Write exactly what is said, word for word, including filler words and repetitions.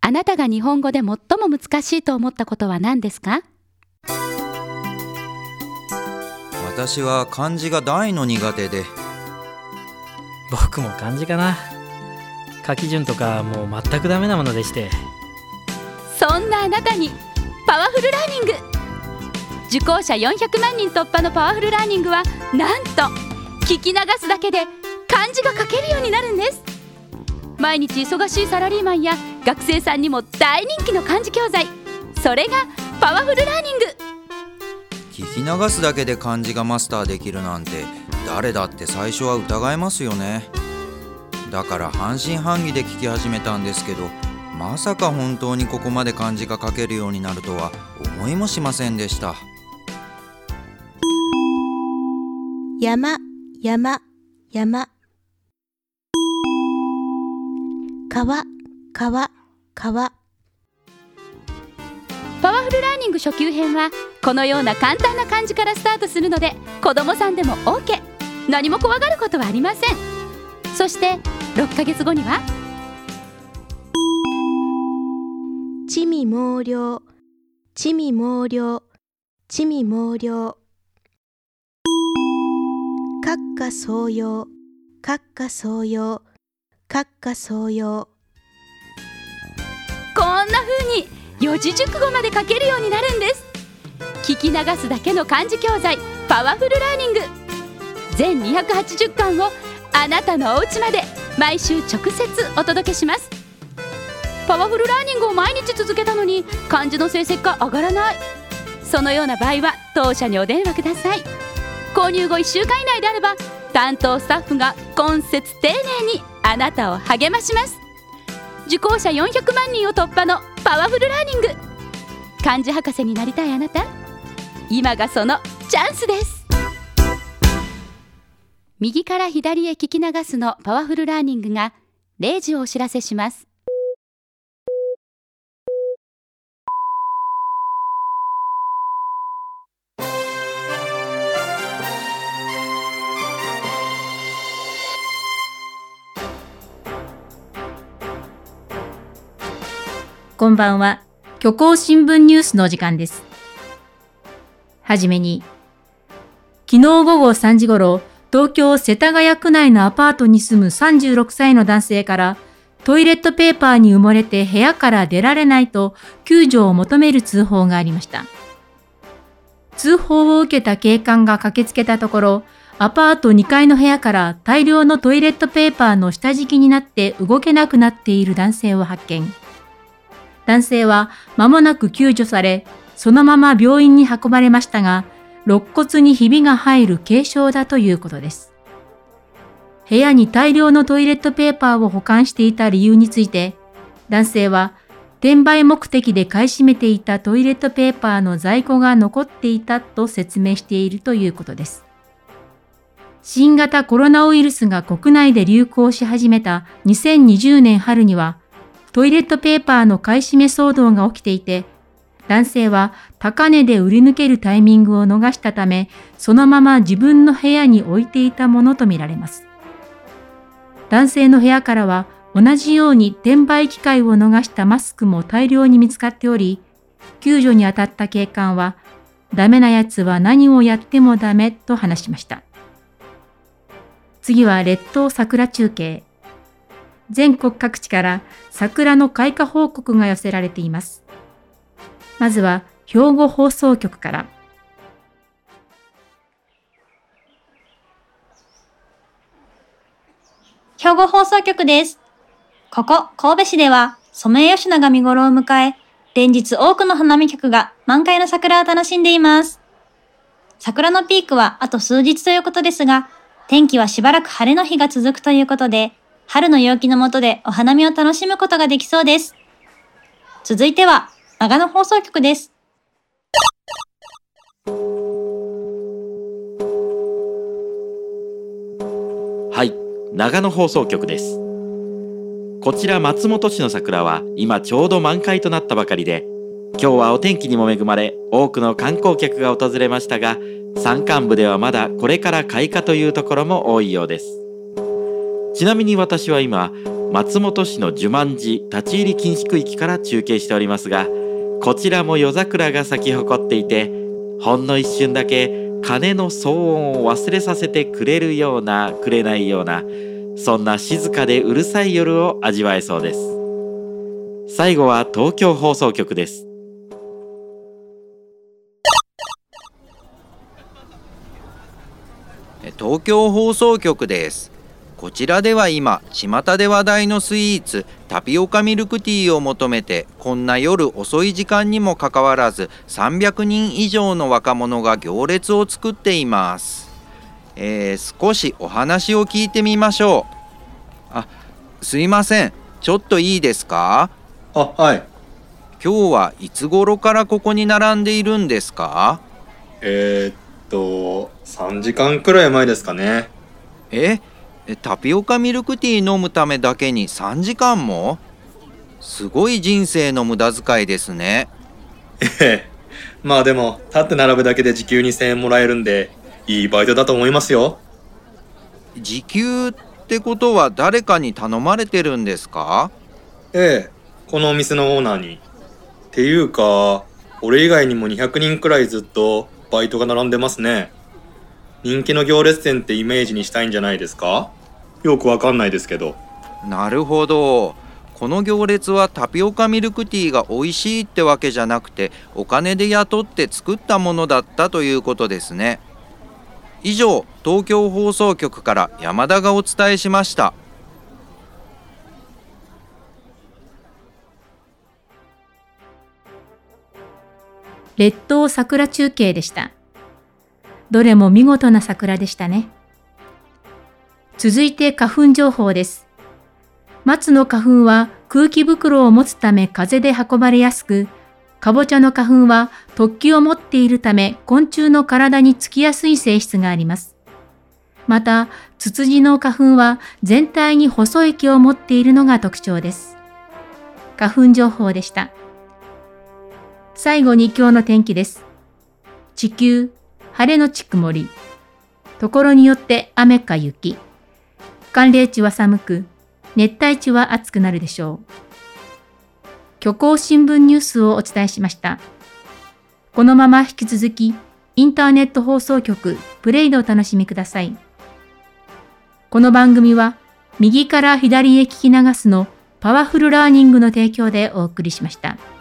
あなたが日本語で最も難しいと思ったことは何ですか？ 私は漢字が大の苦手で。 僕も漢字かな。書き順とかもう全くダメなものでして。 そんなあなたにパワフルラーニング。受講者よんひゃくまんにん突破のパワフルラーニングは、なんと聞き流すだけで漢字が書けるようになるんです。毎日忙しいサラリーマンや学生さんにも大人気の漢字教材、それがパワフルラーニング。 聞き流すだけで漢字がマスターできるなんて、誰だって最初は疑えますよね。だから半信半疑で聞き始めたんですけど、まさか本当にここまで漢字が書けるようになるとは思いもしませんでした。 山、山、山。川、川、川。 パワフルラーニング初級編はこのような簡単な漢字からスタートするので、子どもさんでも OK、 何も怖がることはありません。そしてろっかげつごには地味猛量、地味猛量、地味猛量。閣下総用、閣下総用、閣下総用。 こんな風に四字熟語まで書けるようになるんです。聞き流すだけの漢字教材パワフルラーニング、全にひゃくはちじゅっかんをあなたのお家まで毎週直接お届けします。パワフルラーニングを毎日続けたのに漢字の成績が上がらない、そのような場合は当社にお電話ください。購入後いっしゅうかん以内であれば、担当スタッフが今節丁寧にあなたを励まします。受講者よんひゃくまんにんを突破のパワフルラーニング。漢字博士になりたいあなた、今がそのチャンスです。右から左へ聞き流すのパワフルラーニングがれいじをお知らせします。 こんばんは。虚構新聞ニュースのお時間です。はじめに、昨日午後さんじごろ、東京世田谷区内のアパートに住むさんじゅうろくさいの男性から、トイレットペーパーに埋もれて部屋から出られないと救助を求める通報がありました。通報を受けた警官が駆けつけたところ、アパートにかいの部屋から大量のトイレットペーパーの下敷きになって動けなくなっている男性を発見。男性は間もなく救助され、そのまま病院に運ばれましたが、肋骨にひびが入る軽傷だということです。部屋に大量のトイレットペーパーを保管していた理由について、男性は転売目的で買い占めていたトイレットペーパーの在庫が残っていたと説明しているということです。新型コロナウイルスが国内で流行し始めたにせんにじゅうねん春には、トイレットペーパーの買い占め騒動が起きていて、男性は高値で売り抜けるタイミングを逃したため、そのまま自分の部屋に置いていたものとみられます。男性の部屋からは同じように転売機会を逃したマスクも大量に見つかっており、救助に当たった警官は、ダメなやつは何をやってもダメと話しました。次は列島桜中継。全国各地から桜の開花報告が寄せられています。まずは兵庫放送局から。 兵庫放送局です。ここ神戸市ではソメイヨシノが見頃を迎え、連日多くの花見客が満開の桜を楽しんでいます。桜のピークはあと数日ということですが、天気はしばらく晴れの日が続くということで、春の陽気の下でお花見を楽しむことができそうです。続いては長野放送局です。 はい、長野放送局です。こちら松本市の桜は今ちょうど満開となったばかりで、今日はお天気にも恵まれ多くの観光客が訪れましたが、山間部ではまだこれから開花というところも多いようです。ちなみに私は今松本市の寿満寺立ち入り禁止区域から中継しておりますが、こちらも夜桜が咲き誇っていて、ほんの一瞬だけ鐘の騒音を忘れさせてくれるようなくれないような、そんな静かでうるさい夜を味わえそうです。最後は東京放送局です。 東京放送局です。こちらでは今巷で話題のスイーツタピオカミルクティーを求めて、こんな夜遅い時間にもかかわらずさんびゃくにん以上の若者が行列を作っています。えー、少しお話を聞いてみましょう。あ、すいません、ちょっといいですか？ あ、はい。 今日はいつ頃からここに並んでいるんですか？ えー、っとさんじかんくらい前ですかね。 えタピオカミルクティー飲むためだけにさんじかんも？すごい人生の無駄遣いですね。 ええ、まあでも立って並ぶだけで時給にせんえんもらえるんで、いいバイトだと思いますよ。 時給ってことは誰かに頼まれてるんですか？ ええ、このお店のオーナーに。っていうか、俺以外にもにひゃくにんくらいずっとバイトが並んでますね。人気の行列店ってイメージにしたいんじゃないですか？よくわかんないですけど。 なるほど。この行列はタピオカミルクティーが美味しいってわけじゃなくて、お金で雇って作ったものだったということですね。以上、東京放送局から山田がお伝えしました。 列島桜中継でした。どれも見事な桜でしたね。続いて花粉情報です。松の花粉は空気袋を持つため風で運ばれやすく、かぼちゃの花粉は突起を持っているため昆虫の体につきやすい性質があります。また、ツツジの花粉は全体に細い毛を持っているのが特徴です。花粉情報でした。最後に今日の天気です。地球、晴れのち曇り。ところによって雨か雪。寒冷地は寒く、熱帯地は暑くなるでしょう。虚構新聞ニュースをお伝えしました。このまま引き続き、インターネット放送局プレイでお楽しみください。この番組は、右から左へ聞き流すのパワフルラーニングの提供でお送りしました。